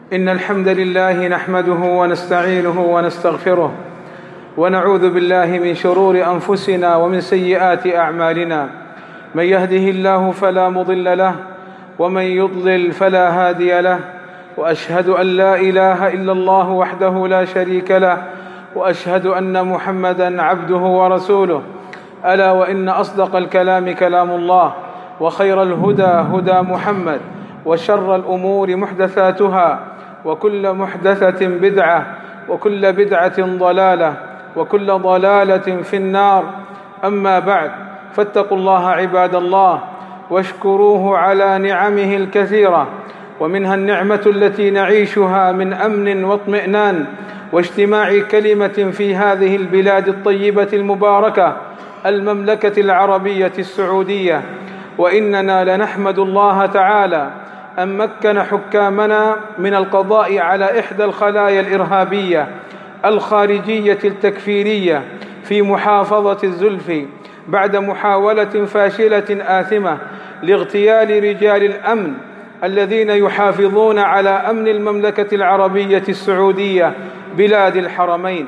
إن الحمد لله نحمده ونستعينه ونستغفره ونعوذ بالله من شرور أنفسنا ومن سيئات أعمالنا. من يهده الله فلا مضل له ومن يضلل فلا هادي له، وأشهد أن لا إله إلا الله وحده لا شريك له، وأشهد أن محمدًا عبده ورسوله. ألا وإن أصدق الكلام كلام الله، وخير الهدى هدى محمد، وشر الأمور محدثاتها، وكل محدثة بدعة، وكل بدعة ضلالة، وكل ضلالة في النار. أما بعد، فاتقوا الله عباد الله، واشكروه على نعمه الكثيرة، ومنها النعمة التي نعيشها من أمن واطمئنان واجتماع كلمة في هذه البلاد الطيبة المباركة، المملكة العربية السعودية. وإننا لنحمد الله تعالى أن مكن حكامنا من القضاء على إحدى الخلايا الإرهابية الخارجية التكفيرية في محافظة الزلفي، بعد محاولة فاشلة آثمة لاغتيال رجال الأمن الذين يحافظون على أمن المملكة العربية السعودية بلاد الحرمين.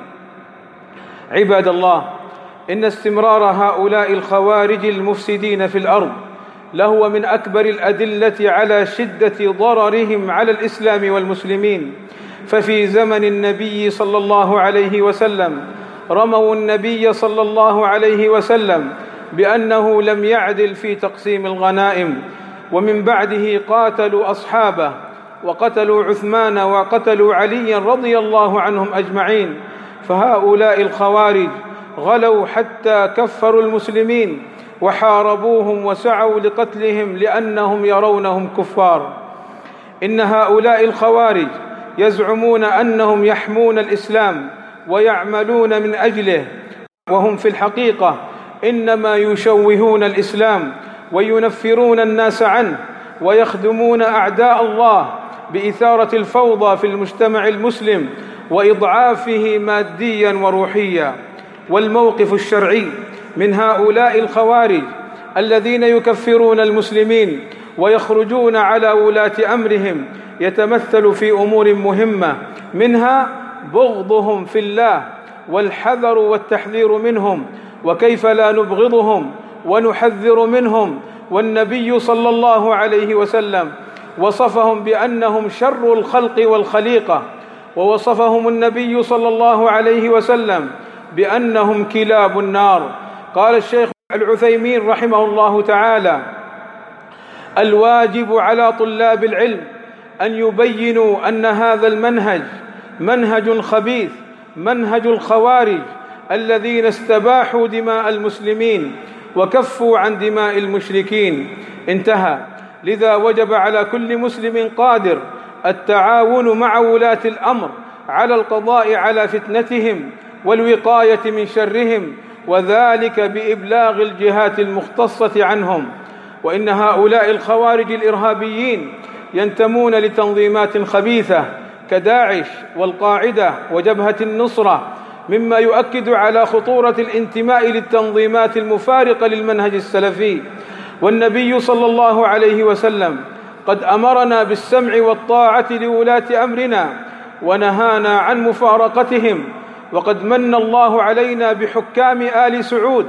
عباد الله، إن استمرار هؤلاء الخوارج المفسدين في الأرض لهو من أكبر الأدلة على شدة ضررهم على الإسلام والمسلمين. ففي زمن النبي صلى الله عليه وسلم رموا النبي صلى الله عليه وسلم بأنه لم يعدل في تقسيم الغنائم، ومن بعده قاتلوا أصحابه، وقتلوا عثمان وقتلوا عليا رضي الله عنهم أجمعين. فهؤلاء الخوارج غلوا حتى كفروا المسلمين وحاربوهم وسعوا لقتلهم لأنهم يرونهم كفار. إن هؤلاء الخوارج يزعمون أنهم يحمون الإسلام ويعملون من أجله، وهم في الحقيقة إنما يشوهون الإسلام وينفرون الناس عنه، ويخدمون أعداء الله بإثارة الفوضى في المجتمع المسلم وإضعافه ماديا وروحيا. والموقف الشرعي من هؤلاء الخوارج الذين يكفرون المسلمين ويخرجون على ولاة أمرهم يتمثل في أمور مهمة، منها بغضهم في الله والحذر والتحذير منهم، وكيف لا نبغضهم ونحذر منهم. والنبي صلى الله عليه وسلم وصفهم بأنهم شر الخلق والخليقة، ووصفهم النبي صلى الله عليه وسلم بأنهم كلاب النار. قال الشيخ العثيمين رحمه الله تعالى: الواجب على طلاب العلم أن يبينوا أن هذا المنهج منهج خبيث، منهج الخوارج الذين استباحوا دماء المسلمين وكفوا عن دماء المشركين. انتهى. لذا وجب على كل مسلم قادر التعاون مع ولاة الأمر على القضاء على فتنتهم والوقاية من شرهم، وذلك بإبلاغ الجهات المختصة عنهم. وإن هؤلاء الخوارج الإرهابيين ينتمون لتنظيمات خبيثة كداعش والقاعدة وجبهة النصرة، مما يؤكد على خطورة الانتماء للتنظيمات المفارقة للمنهج السلفي. والنبي صلى الله عليه وسلم قد أمرنا بالسمع والطاعة لولاة أمرنا ونهانا عن مفارقتهم. وقد من الله علينا بحكام آل سعود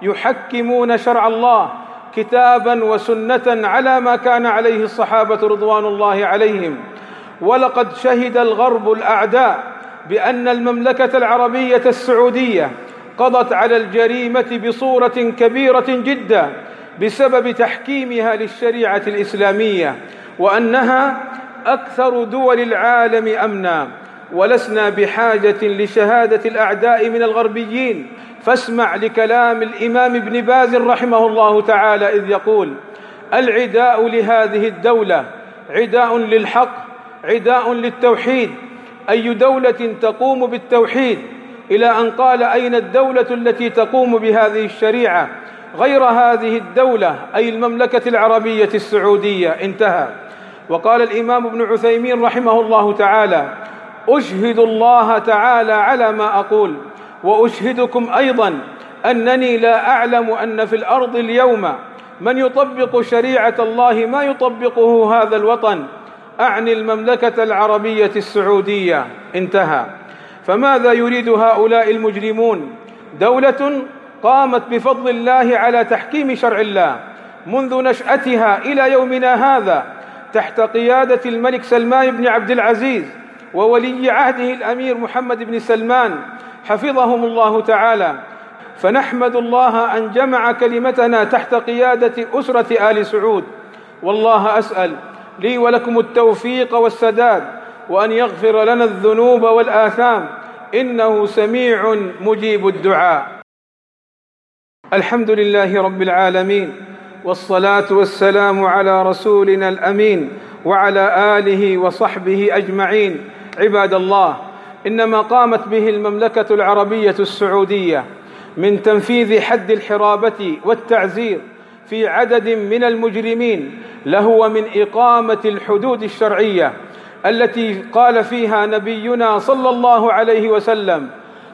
يحكمون شرع الله كتابا وسنة على ما كان عليه الصحابة رضوان الله عليهم. ولقد شهد الغرب الأعداء بأن المملكة العربية السعودية قضت على الجريمة بصورة كبيرة جدا بسبب تحكيمها للشريعة الإسلامية، وأنها أكثر دول العالم أمنا. ولسنا بحاجة لشهادة الأعداء من الغربيين، فاسمع لكلام الإمام ابن باز رحمه الله تعالى إذ يقول: العداء لهذه الدولة عداء للحق، عداء للتوحيد. أي دولة تقوم بالتوحيد؟ إلى أن قال: أين الدولة التي تقوم بهذه الشريعة غير هذه الدولة، أي المملكة العربية السعودية. انتهى. وقال الإمام ابن عثيمين رحمه الله تعالى: أشهد الله تعالى على ما أقول، وأشهدكم أيضا أنني لا أعلم أن في الأرض اليوم من يطبق شريعة الله ما يطبقه هذا الوطن، أعني المملكة العربية السعودية. انتهى. فماذا يريد هؤلاء المجرمون؟ دولة قامت بفضل الله على تحكيم شرع الله منذ نشأتها إلى يومنا هذا تحت قيادة الملك سلمان بن عبد العزيز وولي عهده الأمير محمد بن سلمان حفظهم الله تعالى. فنحمد الله أن جمع كلمتنا تحت قيادة أسرة آل سعود، والله أسأل لي ولكم التوفيق والسداد، وأن يغفر لنا الذنوب والآثام، إنه سميع مجيب الدعاء. الحمد لله رب العالمين، والصلاة والسلام على رسولنا الأمين وعلى آله وصحبه أجمعين. عباد الله، إنما قامت به المملكة العربية السعودية من تنفيذ حد الحرابة والتعزير في عدد من المجرمين لهو من إقامة الحدود الشرعية التي قال فيها نبينا صلى الله عليه وسلم: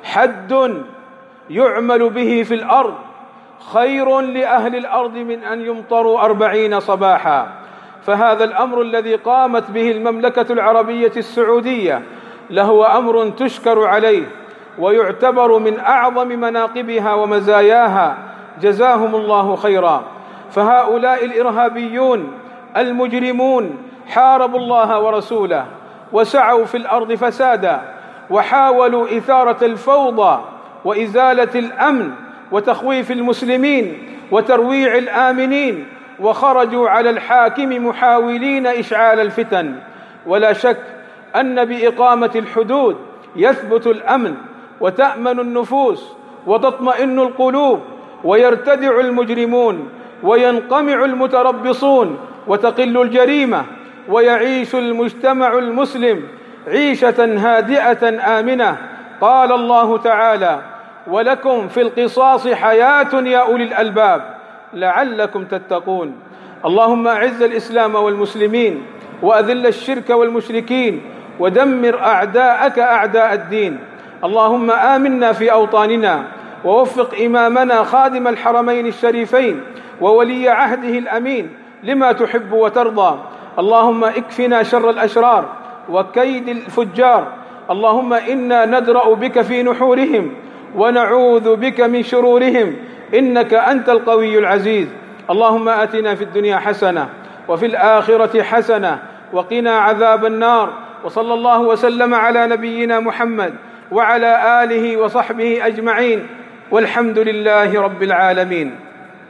حد يعمل به في الأرض خير لأهل الأرض من أن يمطروا 40 صباحا. فهذا الأمر الذي قامت به المملكة العربية السعودية لهو أمر تشكر عليه ويعتبر من أعظم مناقبها ومزاياها، جزاهم الله خيرا. فهؤلاء الإرهابيون المجرمون حاربوا الله ورسوله وسعوا في الأرض فسادا، وحاولوا إثارة الفوضى وإزالة الأمن وتخويف المسلمين وترويع الآمنين، وخرجوا على الحاكم محاولين إشعال الفتن. ولا شك أن بإقامة الحدود يثبت الأمن وتأمن النفوس وتطمئن القلوب ويرتدع المجرمون وينقمع المتربصون وتقل الجريمة ويعيش المجتمع المسلم عيشة هادئة آمنة. قال الله تعالى: ولكم في القصاص حياة يا أولي الألباب لعلكم تتقون. اللهم أعز الإسلام والمسلمين وأذل الشرك والمشركين ودمر أعداءك أعداء الدين. اللهم آمنا في أوطاننا، ووفق إمامنا خادم الحرمين الشريفين وولي عهده الأمين لما تحب وترضى. اللهم اكفنا شر الأشرار وكيد الفجار. اللهم إنا ندرأ بك في نحورهم ونعوذ بك من شرورهم، إنك أنت القوي العزيز. اللهم آتنا في الدنيا حسنة وفي الآخرة حسنة وقنا عذاب النار. وصلى الله وسلم على نبينا محمد وعلى آله وصحبه أجمعين، والحمد لله رب العالمين.